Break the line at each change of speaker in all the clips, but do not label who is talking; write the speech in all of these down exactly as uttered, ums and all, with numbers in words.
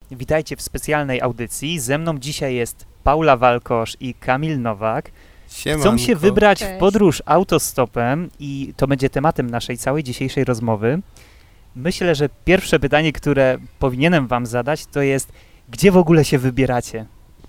Witajcie w specjalnej audycji. Ze mną dzisiaj jest Paula Walkosz i Kamil Nowak.
Siemanko.
Chcą się wybrać
Cześć.
w podróż autostopem i to będzie tematem naszej całej dzisiejszej rozmowy. Myślę, że pierwsze pytanie, które powinienem wam zadać, to jest, gdzie w ogóle się wybieracie?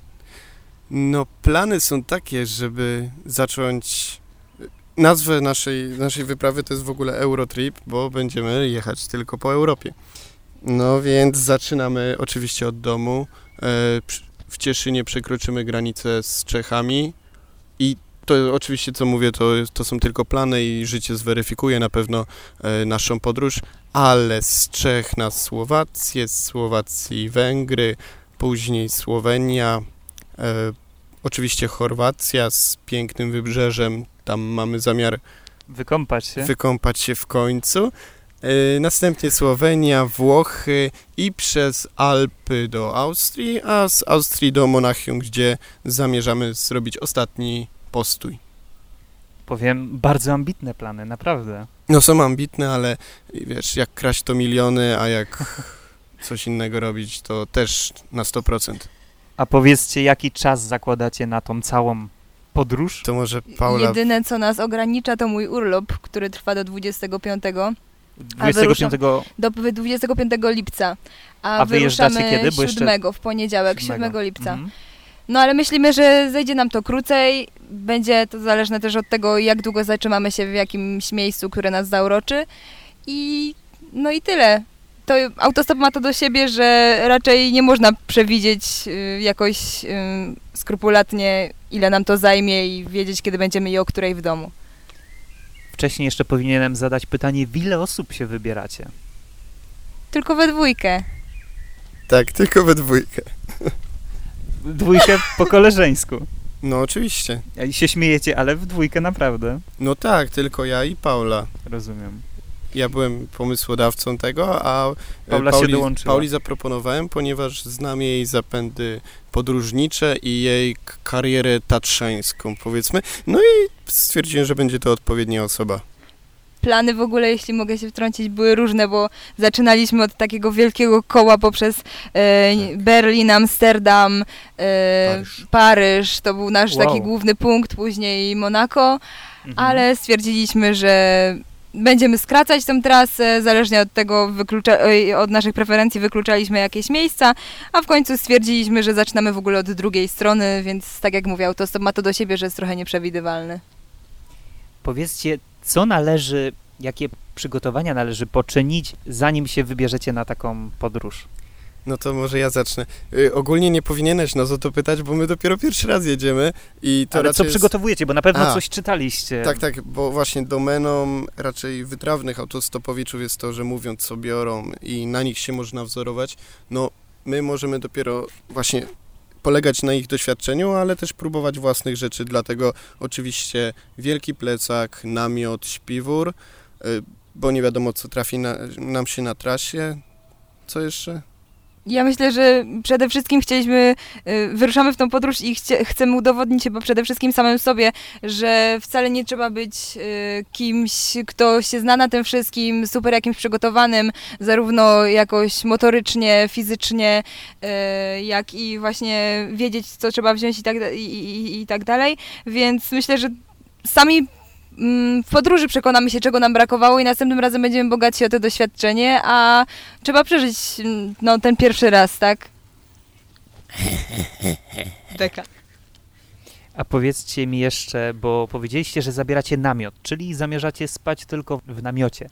No, plany są takie, żeby zacząć... Nazwę naszej, naszej wyprawy to jest w ogóle Eurotrip, bo będziemy jechać tylko po Europie. No więc zaczynamy oczywiście od domu. E, w Cieszynie przekroczymy granicę z Czechami i to oczywiście, co mówię, to, to są tylko plany i życie zweryfikuje na pewno e, naszą podróż, ale z Czech na Słowację, z Słowacji Węgry, później Słowenia, e, oczywiście Chorwacja z pięknym wybrzeżem, tam mamy zamiar
Wykąpać się?
wykąpać się w końcu. E, następnie Słowenia, Włochy i przez Alpy do Austrii, a z Austrii do Monachium, gdzie zamierzamy zrobić ostatni postój.
Powiem, bardzo ambitne plany, naprawdę.
No są ambitne, ale wiesz, jak kraść to miliony, a jak coś innego robić, to też na sto procent.
A powiedzcie, jaki czas zakładacie na tą całą podróż?
To może Paula...
Jedyne, co nas ogranicza, to mój urlop, który trwa do dwudziestego piątego.
dwudziestego piątego
Do dwudziestego piątego lipca. A,
A wyjeżdżacie
wyruszamy
kiedy? Bo jeszcze-
siódmego, w poniedziałek,
siódmego.
siódmego lipca.
Mhm.
No ale myślimy, że zejdzie nam to krócej. Będzie to zależne też od tego, jak długo zatrzymamy się w jakimś miejscu, które nas zauroczy. I no i tyle. To autostop ma to do siebie, że raczej nie można przewidzieć y, jakoś y, skrupulatnie, ile nam to zajmie i wiedzieć, kiedy będziemy i o której w domu.
Wcześniej jeszcze powinienem zadać pytanie, w ile osób się wybieracie?
Tylko we dwójkę.
Tak, tylko we dwójkę.
Dwójkę po koleżeńsku.
No oczywiście.
I się śmiejecie, ale w dwójkę naprawdę.
No tak, tylko ja i Paula.
Rozumiem.
Ja byłem pomysłodawcą tego, a
Paula się
Pauli,
dołączyła.
Pauli zaproponowałem, ponieważ znam jej zapędy podróżnicze i jej k- karierę tatrzańską, powiedzmy. No i stwierdziłem, że będzie to odpowiednia osoba.
Plany w ogóle, jeśli mogę się wtrącić, były różne, bo zaczynaliśmy od takiego wielkiego koła poprzez e, Berlin, Amsterdam, e,
Paryż.
Paryż. To był nasz
Wow.
taki główny punkt, później Monako,
Mhm.
ale stwierdziliśmy, że będziemy skracać tę trasę, zależnie od tego, wyklucza, oj, od naszych preferencji wykluczaliśmy jakieś miejsca, a w końcu stwierdziliśmy, że zaczynamy w ogóle od drugiej strony, więc tak jak mówię, autostop ma to do siebie, że jest trochę nieprzewidywalny.
Powiedzcie, co należy, jakie przygotowania należy poczynić, zanim się wybierzecie na taką podróż?
No to może ja zacznę. Y, ogólnie nie powinieneś nas o to pytać, bo my dopiero pierwszy raz jedziemy i to
Ale co
raczej jest...
przygotowujecie, bo na pewno
A.
coś czytaliście.
Tak, tak, bo właśnie domeną raczej wytrawnych autostopowiczów jest to, że mówią co biorą i na nich się można wzorować. No my możemy dopiero właśnie polegać na ich doświadczeniu, ale też próbować własnych rzeczy, dlatego oczywiście wielki plecak, namiot, śpiwór, y, bo nie wiadomo co trafi na, nam się na trasie. Co jeszcze?
Ja myślę, że przede wszystkim chcieliśmy, y, wyruszamy w tą podróż i chcie, chcemy udowodnić chyba przede wszystkim samym sobie, że wcale nie trzeba być y, kimś, kto się zna na tym wszystkim, super jakimś przygotowanym, zarówno jakoś motorycznie, fizycznie, y, jak i właśnie wiedzieć, co trzeba wziąć i tak, da- i, i, i tak dalej. Więc myślę, że sami w podróży przekonamy się, czego nam brakowało i następnym razem będziemy bogatsi o to doświadczenie, a trzeba przeżyć mm, no, ten pierwszy raz, tak? Beka.
A powiedzcie mi jeszcze, bo powiedzieliście, że zabieracie namiot, czyli zamierzacie spać tylko w namiocie.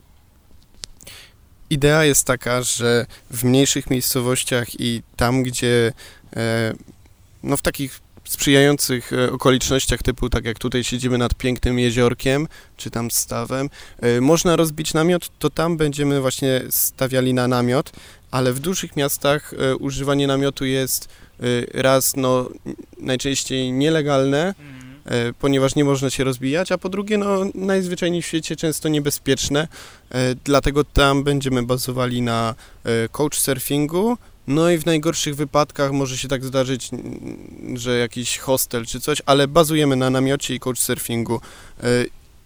Idea jest taka, że w mniejszych miejscowościach i tam, gdzie e, no w takich sprzyjających e, okolicznościach typu tak jak tutaj siedzimy nad pięknym jeziorkiem, czy tam stawem, e, można rozbić namiot, to tam będziemy właśnie stawiali na namiot, ale w dużych miastach e, używanie namiotu jest e, raz no najczęściej nielegalne, e, ponieważ nie można się rozbijać, a po drugie no najzwyczajniej w świecie często niebezpieczne, e, dlatego tam będziemy bazowali na e, couchsurfingu. No i w najgorszych wypadkach może się tak zdarzyć, że jakiś hostel czy coś, ale bazujemy na namiocie i couchsurfingu.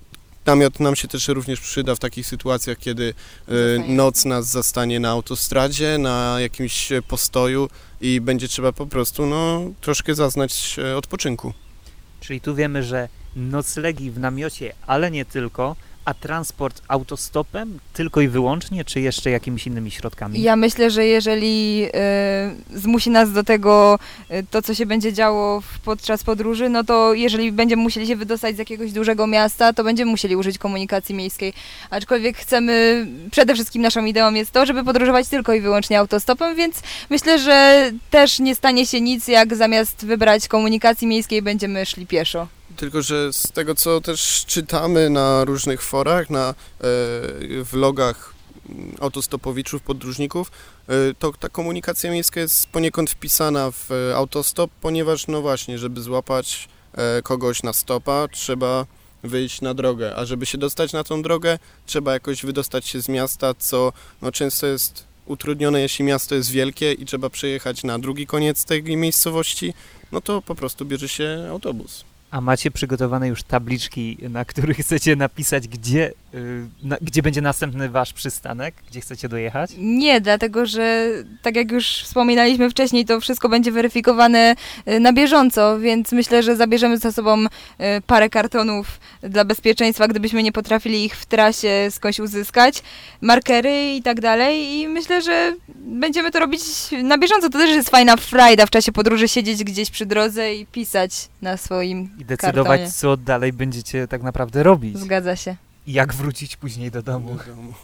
namiot nam się też również przyda w takich sytuacjach, kiedy e, noc nas zastanie na autostradzie, na jakimś postoju i będzie trzeba po prostu no, troszkę zaznać e, odpoczynku.
Czyli tu wiemy, że noclegi w namiocie, ale nie tylko, a transport autostopem tylko i wyłącznie, czy jeszcze jakimiś innymi środkami?
Ja myślę, że jeżeli y, zmusi nas do tego y, to, co się będzie działo w, podczas podróży, no to jeżeli będziemy musieli się wydostać z jakiegoś dużego miasta, to będziemy musieli użyć komunikacji miejskiej. Aczkolwiek chcemy, przede wszystkim naszą ideą jest to, żeby podróżować tylko i wyłącznie autostopem, więc myślę, że też nie stanie się nic, jak zamiast wybrać komunikacji miejskiej będziemy szli pieszo.
Tylko że z tego, co też czytamy na różnych forach, na e, vlogach autostopowiczów, podróżników, e, to ta komunikacja miejska jest poniekąd wpisana w e, autostop, ponieważ no właśnie, żeby złapać e, kogoś na stopa, trzeba wyjść na drogę, a żeby się dostać na tą drogę, trzeba jakoś wydostać się z miasta, co no, często jest utrudnione, jeśli miasto jest wielkie i trzeba przejechać na drugi koniec tej miejscowości, no to po prostu bierze się autobus.
A macie przygotowane już tabliczki, na których chcecie napisać, gdzie, yy, na, gdzie będzie następny wasz przystanek, gdzie chcecie dojechać?
Nie, dlatego że tak jak już wspominaliśmy wcześniej, to wszystko będzie weryfikowane y, na bieżąco, więc myślę, że zabierzemy ze sobą y, parę kartonów dla bezpieczeństwa, gdybyśmy nie potrafili ich w trasie skądś uzyskać, markery i tak dalej i myślę, że będziemy to robić na bieżąco. To też jest fajna frajda w czasie podróży, siedzieć gdzieś przy drodze i pisać na swoim
I decydować,
kartonie.
co dalej będziecie tak naprawdę robić.
Zgadza się.
I jak wrócić później do domu.
Do domu.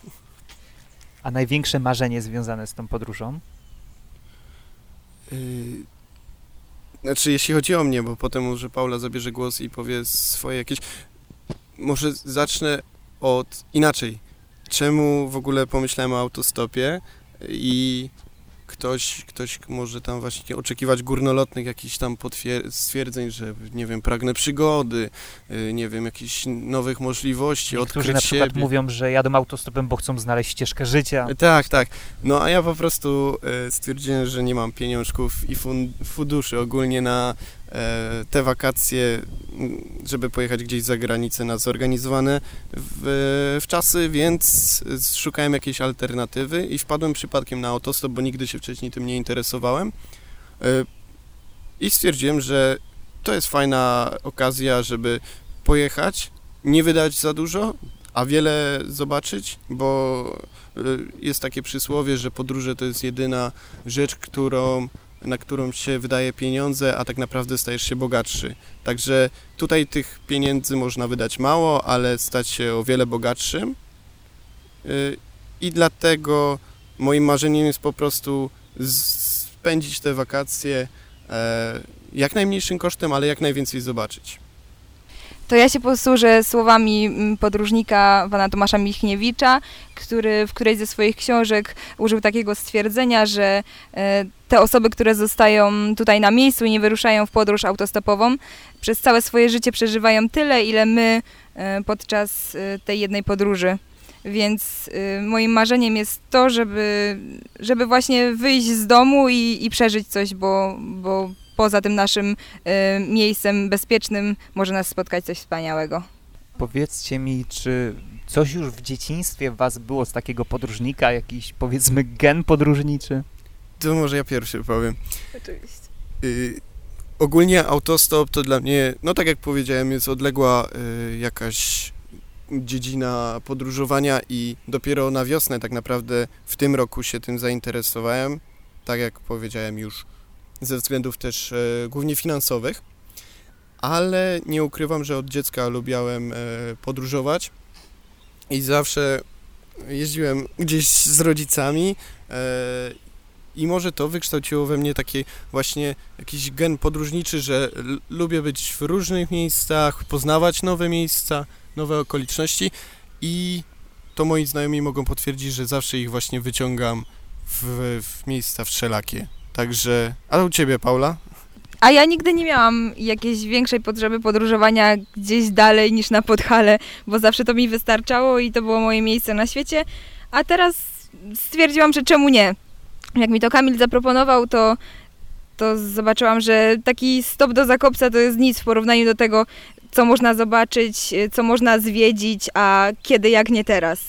A największe marzenie związane z tą podróżą?
Yy, znaczy, jeśli chodzi o mnie, bo potem może Paula zabierze głos i powie swoje jakieś... Może zacznę od inaczej. Czemu w ogóle pomyślałem o autostopie i ktoś, ktoś może tam właśnie oczekiwać górnolotnych jakichś tam potwier- stwierdzeń, że nie wiem, pragnę przygody, yy, nie wiem, jakichś nowych możliwości,
Niektórzy
odkryć
na przykład
siebie.
mówią, że jadą autostopem, bo chcą znaleźć ścieżkę życia.
Tak, tak. No a ja po prostu e, stwierdziłem, że nie mam pieniążków i fun- funduszy ogólnie na e, te wakacje, m, żeby pojechać gdzieś za granicę na zorganizowane w, w czasy, więc szukałem jakiejś alternatywy i wpadłem przypadkiem na autostop, bo nigdy się wcześniej tym nie interesowałem. E, I stwierdziłem, że to jest fajna okazja, żeby pojechać, nie wydać za dużo, a wiele zobaczyć, bo jest takie przysłowie, że podróże to jest jedyna rzecz, którą, na którą się wydaje pieniądze, a tak naprawdę stajesz się bogatszy. Także tutaj tych pieniędzy można wydać mało, ale stać się o wiele bogatszym. I dlatego moim marzeniem jest po prostu spędzić te wakacje jak najmniejszym kosztem, ale jak najwięcej zobaczyć.
To ja się posłużę słowami podróżnika pana Tomasza Michniewicza, który w którejś ze swoich książek użył takiego stwierdzenia, że te osoby, które zostają tutaj na miejscu i nie wyruszają w podróż autostopową, przez całe swoje życie przeżywają tyle, ile my podczas tej jednej podróży. Więc moim marzeniem jest to, żeby, żeby właśnie wyjść z domu i, i przeżyć coś, bo, bo poza tym naszym y, miejscem bezpiecznym może nas spotkać coś wspaniałego.
Powiedzcie mi, czy coś już w dzieciństwie w was było z takiego podróżnika, jakiś powiedzmy gen podróżniczy?
To może ja pierwszy powiem.
Oczywiście.
Y, ogólnie autostop to dla mnie, no tak jak powiedziałem, jest odległa y, jakaś dziedzina podróżowania i dopiero na wiosnę tak naprawdę w tym roku się tym zainteresowałem, tak jak powiedziałem już ze względów też e, głównie finansowych, ale nie ukrywam, że od dziecka lubiałem e, podróżować i zawsze jeździłem gdzieś z rodzicami e, i może to wykształciło we mnie taki właśnie jakiś gen podróżniczy, że l- lubię być w różnych miejscach, poznawać nowe miejsca, nowe okoliczności i to moi znajomi mogą potwierdzić, że zawsze ich właśnie wyciągam w, w miejsca wszelakie. Także, a u ciebie, Paula?
A ja nigdy nie miałam jakiejś większej potrzeby podróżowania gdzieś dalej niż na Podhale, bo zawsze to mi wystarczało i to było moje miejsce na świecie, a teraz stwierdziłam, że czemu nie. Jak mi to Kamil zaproponował, to, to zobaczyłam, że taki stop do Zakopca to jest nic w porównaniu do tego, co można zobaczyć, co można zwiedzić, a kiedy jak nie teraz.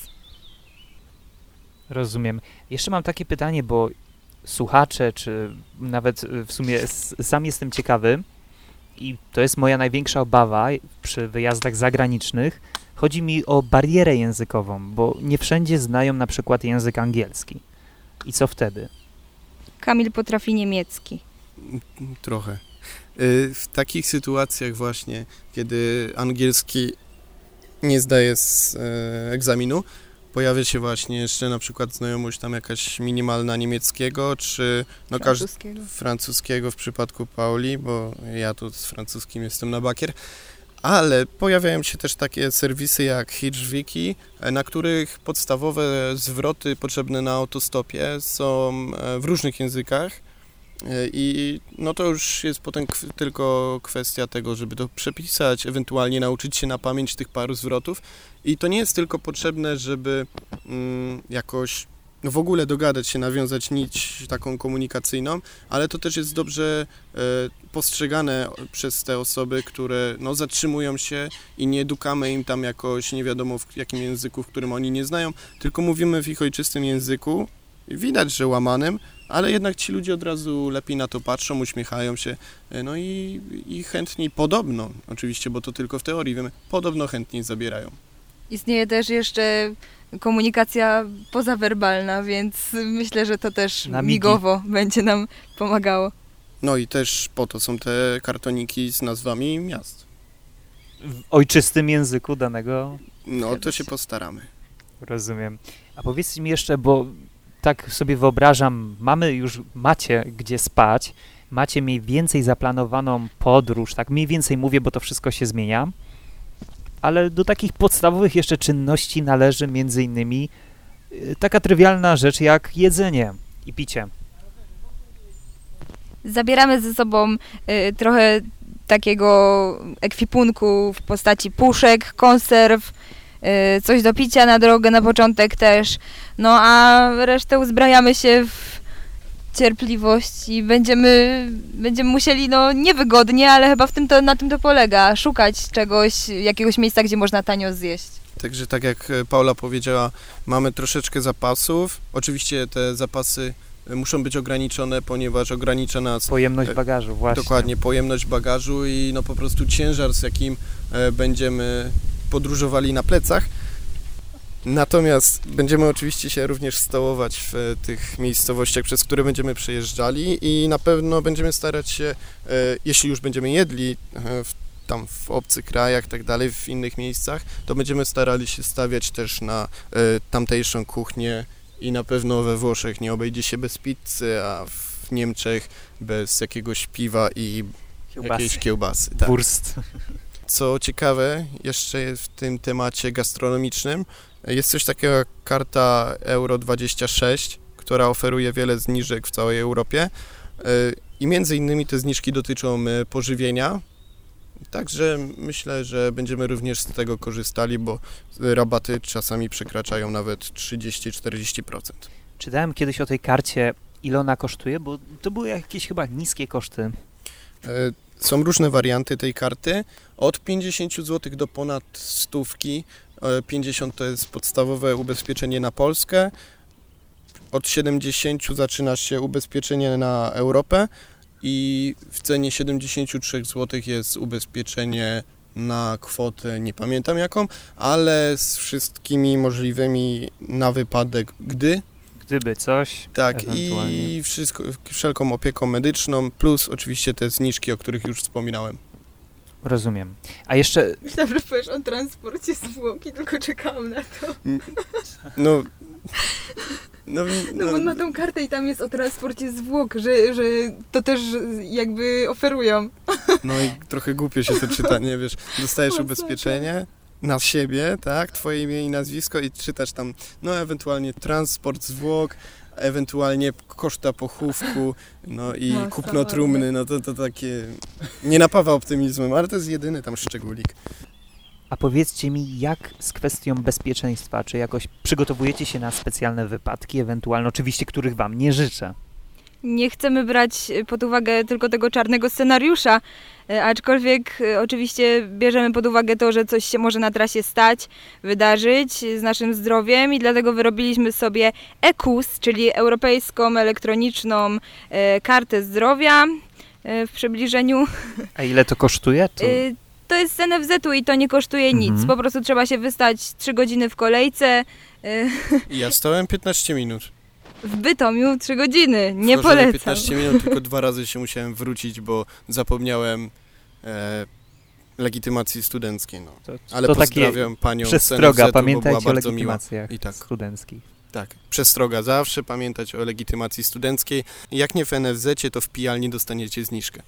Rozumiem. Jeszcze mam takie pytanie, bo słuchacze, czy nawet w sumie s- sam jestem ciekawy i to jest moja największa obawa przy wyjazdach zagranicznych. Chodzi mi o barierę językową, bo nie wszędzie znają na przykład język angielski. I co wtedy?
Kamil potrafi niemiecki.
Trochę. Y, W takich sytuacjach właśnie, kiedy angielski nie zdaje z e, egzaminu, pojawia się właśnie jeszcze na przykład znajomość tam jakaś minimalna niemieckiego, czy no każdy
Francuskiego.
francuskiego w przypadku Pauli, bo ja tu z francuskim jestem na bakier, ale pojawiają się też takie serwisy jak HitchWiki, e, na których podstawowe zwroty potrzebne na autostopie są e, w różnych językach. E, I no to już jest potem kw- tylko kwestia tego, żeby to przepisać, ewentualnie nauczyć się na pamięć tych paru zwrotów. I to nie jest tylko potrzebne, żeby mm, jakoś no w ogóle dogadać się, nawiązać nić taką komunikacyjną, ale to też jest dobrze e, postrzegane przez te osoby, które no, zatrzymują się i nie dukamy im tam jakoś nie wiadomo w jakim języku, w którym oni nie znają, tylko mówimy w ich ojczystym języku. Widać, że łamanym, ale jednak ci ludzie od razu lepiej na to patrzą, uśmiechają się, e, no i, i chętniej podobno, oczywiście, bo to tylko w teorii wiemy, podobno chętniej zabierają.
Istnieje też jeszcze komunikacja pozawerbalna, więc myślę, że to też
Na migi.
migowo będzie nam pomagało.
No i też po to są te kartoniki z nazwami miast.
W ojczystym języku danego.
No
Zgadza
to się
się.
postaramy.
Rozumiem. A powiedzcie mi jeszcze, bo tak sobie wyobrażam, mamy już, macie gdzie spać, macie mniej więcej zaplanowaną podróż, tak mniej więcej mówię, bo to wszystko się zmienia, ale do takich podstawowych jeszcze czynności należy między innymi y, taka trywialna rzecz jak jedzenie i picie.
Zabieramy ze sobą y, trochę takiego ekwipunku w postaci puszek, konserw, y, coś do picia na drogę na początek też. No a resztę uzbrajamy się w cierpliwość i będziemy, będziemy musieli, no niewygodnie, ale chyba w tym to, na tym to polega, szukać czegoś, jakiegoś miejsca, gdzie można tanio zjeść.
Także tak jak e, Paula powiedziała, mamy troszeczkę zapasów. Oczywiście te zapasy e, muszą być ograniczone, ponieważ ogranicza nas
Pojemność
E,
bagażu, właśnie.
dokładnie pojemność bagażu i no po prostu ciężar, z jakim e, będziemy podróżowali na plecach. Natomiast będziemy oczywiście się również stołować w e, tych miejscowościach, przez które będziemy przejeżdżali i na pewno będziemy starać się, e, jeśli już będziemy jedli e, w, tam w obcych krajach, tak dalej, w innych miejscach, to będziemy starali się stawiać też na e, tamtejszą kuchnię i na pewno we Włoszech nie obejdzie się bez pizzy, a w Niemczech bez jakiegoś piwa i
Kiełbasy.
jakiejś kiełbasy. Tak.
Wurst.
Co ciekawe, jeszcze w tym temacie gastronomicznym, jest coś takiego jak karta Euro dwadzieścia sześć, która oferuje wiele zniżek w całej Europie i między innymi te zniżki dotyczą e, pożywienia, także myślę, że będziemy również z tego korzystali, bo rabaty czasami przekraczają nawet trzydzieści do czterdziestu procent.
Czytałem kiedyś o tej karcie, ile ona kosztuje, bo to były jakieś chyba niskie koszty.
E, Są różne warianty tej karty, od pięćdziesięciu złotych do ponad stówki. E, pięćdziesiąt to jest podstawowe ubezpieczenie na Polskę, od siedemdziesięciu zaczyna się ubezpieczenie na Europę i w cenie siedemdziesiąt trzy złote jest ubezpieczenie na kwotę, nie pamiętam jaką, ale z wszystkimi możliwymi na wypadek gdy.
Gdyby coś,
Tak,
ewentualnie.
i wszystko, wszelką opieką medyczną, plus oczywiście te zniżki, o których już wspominałem.
Rozumiem. A jeszcze
Myślałam, że powiesz o transporcie zwłoki, tylko czekałam na to.
No, no,
No
no,
bo on ma tą kartę i tam jest o transporcie zwłok, że, że to też jakby oferują.
no i trochę głupio się to czyta, nie wiesz, dostajesz
Masakra.
ubezpieczenie na siebie, tak, twoje imię i nazwisko i czytasz tam, no ewentualnie transport zwłok, ewentualnie koszta pochówku, no i
Masakra.
kupno trumny, no to, to takie nie napawa optymizmem, ale to jest jedyny tam szczególik.
A powiedzcie mi, jak z kwestią bezpieczeństwa? Czy jakoś przygotowujecie się na specjalne wypadki, ewentualne, oczywiście, których wam nie życzę?
nie chcemy brać pod uwagę tylko tego czarnego scenariusza, e, aczkolwiek e, oczywiście bierzemy pod uwagę to, że coś się może na trasie stać, wydarzyć z naszym zdrowiem i dlatego wyrobiliśmy sobie E K U S, czyli Europejską Elektroniczną e, Kartę Zdrowia e, w przybliżeniu.
A ile to kosztuje? To...
E, to jest z N F Z-u i to nie kosztuje nic,
Mhm.
po prostu trzeba się wystać trzy godziny w kolejce. e,
Ja stałem piętnaście minut.
W Bytomiu trzy godziny, nie
Wchodzę
polecam.
piętnaście minut, tylko dwa razy się musiałem wrócić, bo zapomniałem e, legitymacji studenckiej. No.
To,
Ale
to takie
pozdrawiam panią z
przestroga,
N F Z-u, bo
pamiętajcie
była
o
bardzo miła.
legitymacjach
I tak.
studenckich.
Tak, przestroga zawsze, pamiętać o legitymacji studenckiej. Jak nie w N F Z-cie, to w pijalni dostaniecie zniżkę.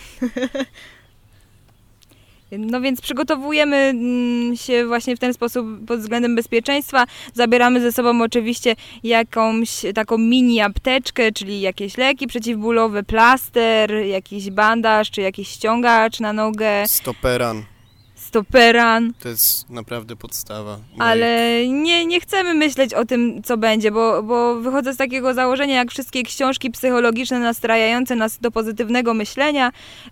No więc przygotowujemy mm, się właśnie w ten sposób pod względem bezpieczeństwa. Zabieramy ze sobą oczywiście jakąś taką mini apteczkę, czyli jakieś leki przeciwbólowe, plaster, jakiś bandaż, czy jakiś ściągacz na nogę,
Stoperan,
stoperan.
to jest naprawdę podstawa. mojej-
Ale nie, nie chcemy myśleć o tym, co będzie, bo, bo wychodzę z takiego założenia, jak wszystkie książki psychologiczne nastrajające nas do pozytywnego myślenia,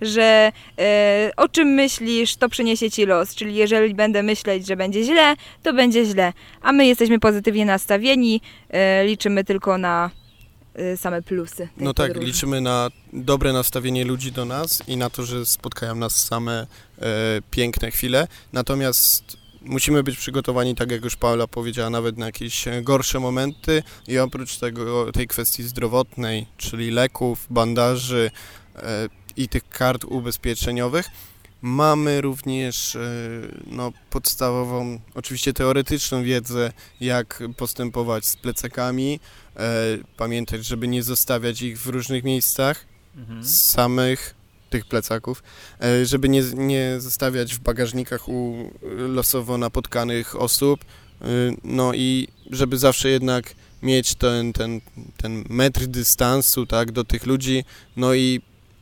że e, o czym myślisz, to przyniesie ci los. Czyli jeżeli będę myśleć, że będzie źle, to będzie źle. A my jesteśmy pozytywnie nastawieni, e, liczymy tylko na e, same plusy tej
No tak,
podróży.
liczymy na dobre nastawienie ludzi do nas i na to, że spotkają nas same e, piękne chwile. Natomiast musimy być przygotowani, tak jak już Paula powiedziała, nawet na jakieś e, gorsze momenty i oprócz tego, tej kwestii zdrowotnej, czyli leków, bandaży e, i tych kart ubezpieczeniowych, mamy również e, no, podstawową, oczywiście teoretyczną wiedzę, jak postępować z plecakami, e, pamiętać, żeby nie zostawiać ich w różnych miejscach,
Mhm.
samych tych plecaków, e, żeby nie, nie zostawiać w bagażnikach u losowo napotkanych osób, e, no i żeby zawsze jednak mieć ten, ten, ten metr dystansu, tak, do tych ludzi, no i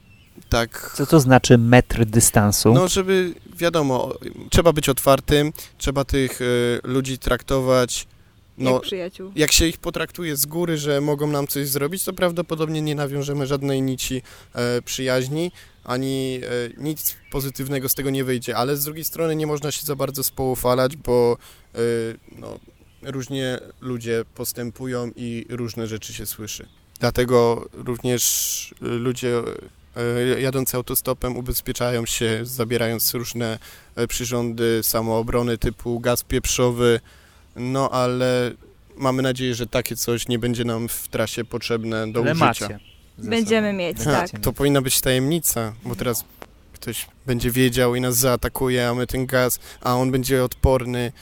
tak...
Co to znaczy metr dystansu?
No, żeby, wiadomo, trzeba być otwartym, trzeba tych y, ludzi traktować, no,
Jak przyjaciół.
jak się ich potraktuje z góry, że mogą nam coś zrobić, to prawdopodobnie nie nawiążemy żadnej nici e, przyjaźni, ani e, nic pozytywnego z tego nie wyjdzie, ale z drugiej strony nie można się za bardzo spoufalać, bo e, no, różnie ludzie postępują i różne rzeczy się słyszy. Dlatego również e, ludzie e, jadący autostopem ubezpieczają się, zabierając różne e, przyrządy samoobrony typu gaz pieprzowy, no ale mamy nadzieję, że takie coś nie będzie nam w trasie potrzebne do
Ale
użycia.
macie ze
Będziemy
sobą.
mieć,
Będziecie
tak.
mieć.
To powinna być tajemnica, bo teraz ktoś będzie wiedział i nas zaatakuje, a my ten gaz, a on będzie odporny.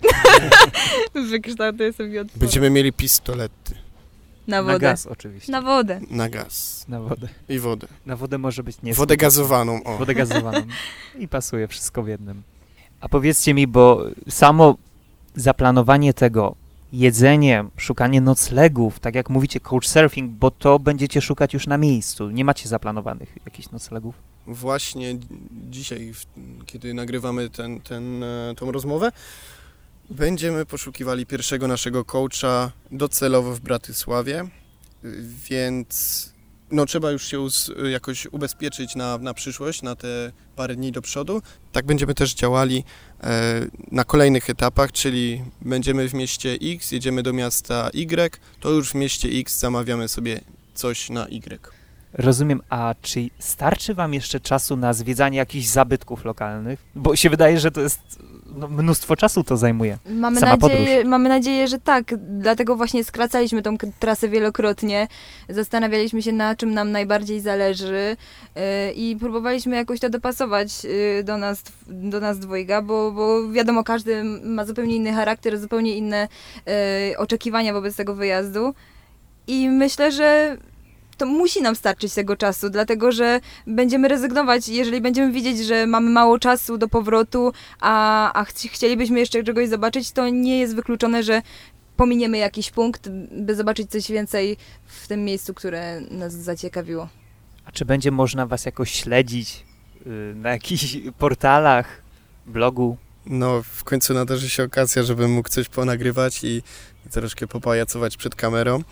Wykształtuję sobie od
Będziemy mieli pistolety
na wodę.
Na gaz oczywiście.
Na wodę.
na gaz
Na wodę.
i wodę.
Na wodę może być nie.
Wodę gazowaną, o.
Wodę gazowaną. I pasuje wszystko w jednym. A powiedzcie mi, bo samo zaplanowanie tego, jedzenie, szukanie noclegów, tak jak mówicie, couchsurfing, bo to będziecie szukać już na miejscu. Nie macie zaplanowanych jakichś noclegów?
Właśnie dzisiaj, w- kiedy nagrywamy ten, ten, e, tą rozmowę, będziemy poszukiwali pierwszego naszego coacha docelowo w Bratysławie, y, więc no, trzeba już się uz, jakoś ubezpieczyć na, na przyszłość, na te parę dni do przodu. Tak będziemy też działali e, na kolejnych etapach, czyli będziemy w mieście X, jedziemy do miasta Y, to już w mieście X zamawiamy sobie coś na Y.
Rozumiem, a czy starczy wam jeszcze czasu na zwiedzanie jakichś zabytków lokalnych? Bo się wydaje, że to jest, no, mnóstwo czasu to zajmuje.
Mamy
Sama
nadzieję, mamy nadzieję, że tak. Dlatego właśnie skracaliśmy tą k- trasę wielokrotnie. Zastanawialiśmy się, na czym nam najbardziej zależy yy, i próbowaliśmy jakoś to dopasować yy, do nas, do nas dwojga, bo, bo wiadomo, każdy ma zupełnie inny charakter, zupełnie inne yy, oczekiwania wobec tego wyjazdu. I myślę, że to musi nam starczyć tego czasu, dlatego że będziemy rezygnować, jeżeli będziemy widzieć, że mamy mało czasu do powrotu, a, a chci- chcielibyśmy jeszcze czegoś zobaczyć, to nie jest wykluczone, że pominiemy jakiś punkt, by zobaczyć coś więcej w tym miejscu, które nas zaciekawiło.
A czy będzie można was jakoś śledzić y, na jakichś portalach, blogu?
No, w końcu nadarzy się okazja, żebym mógł coś ponagrywać i troszkę popajacować przed kamerą.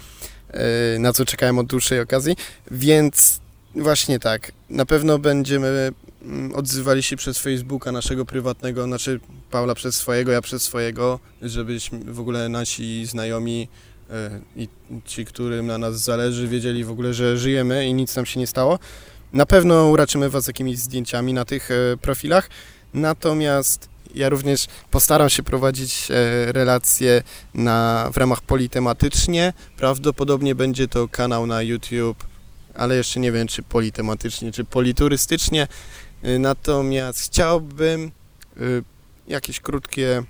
e, na co czekałem od dłuższej okazji, więc właśnie tak, na pewno będziemy mm, odzywali się przez Facebooka naszego prywatnego, znaczy Paula przez swojego, ja przez swojego, żebyśmy w ogóle nasi znajomi e, i ci, którym na nas zależy, wiedzieli w ogóle, że żyjemy i nic nam się nie stało. Na pewno uraczymy Was jakimiś zdjęciami na tych e, profilach, natomiast ja również postaram się prowadzić e, relacje na, w ramach politematycznie. Prawdopodobnie będzie to kanał na YouTube, ale jeszcze nie wiem, czy politematycznie, czy politurystycznie. E, natomiast chciałbym e, jakieś krótkie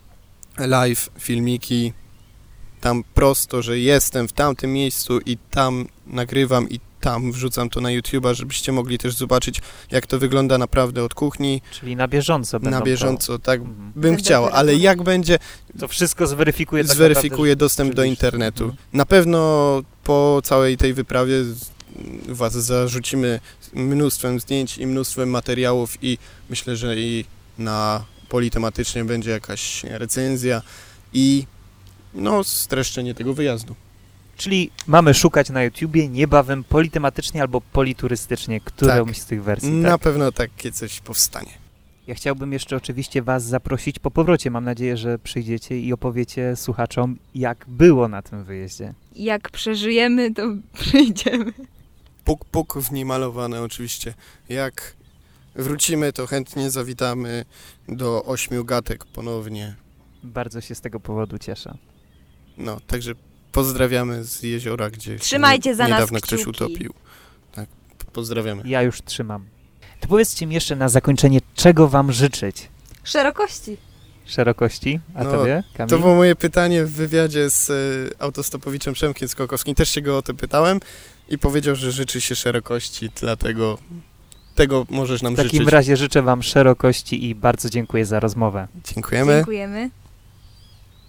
live filmiki, tam prosto, że jestem w tamtym miejscu i tam nagrywam i tam wrzucam to na YouTube'a, żebyście mogli też zobaczyć, jak to wygląda naprawdę od kuchni.
Czyli na bieżąco będą
Na bieżąco,
to...
tak
Mhm.
bym chciał, ale jak będzie,
To wszystko zweryfikuje tak
zweryfikuje
naprawdę,
dostęp
że-
do
że-
internetu.
Mhm.
Na pewno po całej tej wyprawie z- Was zarzucimy mnóstwem zdjęć i mnóstwem materiałów i myślę, że i na politematycznie będzie jakaś recenzja i no streszczenie tego wyjazdu.
Czyli mamy szukać na YouTubie niebawem politematycznie albo politurystycznie, którąś
Tak.
z tych wersji.
Na
Tak?
pewno takie coś powstanie.
Ja chciałbym jeszcze oczywiście Was zaprosić po powrocie. Mam nadzieję, że przyjdziecie i opowiecie słuchaczom, jak było na tym wyjeździe.
Jak przeżyjemy, to przyjdziemy.
Puk, puk w niej malowane oczywiście. Jak wrócimy, to chętnie zawitamy do Ośmiu Gatek ponownie.
Bardzo się z tego powodu cieszę.
No, także pozdrawiamy z jeziora, gdzie
Trzymajcie
się
za nas
niedawno ktoś
kciuki.
utopił. Tak, p- pozdrawiamy.
Ja już trzymam. To powiedzcie mi jeszcze na zakończenie, czego Wam życzyć?
Szerokości.
Szerokości? A
No,
Tobie, Kamil?
To było moje pytanie w wywiadzie z y, autostopowiczem Przemkiem Skokowskim. Też się go o to pytałem i powiedział, że życzy się szerokości, dlatego tego możesz nam
W takim
życzyć.
razie życzę Wam szerokości i bardzo dziękuję za rozmowę.
Dziękujemy.
Dziękujemy.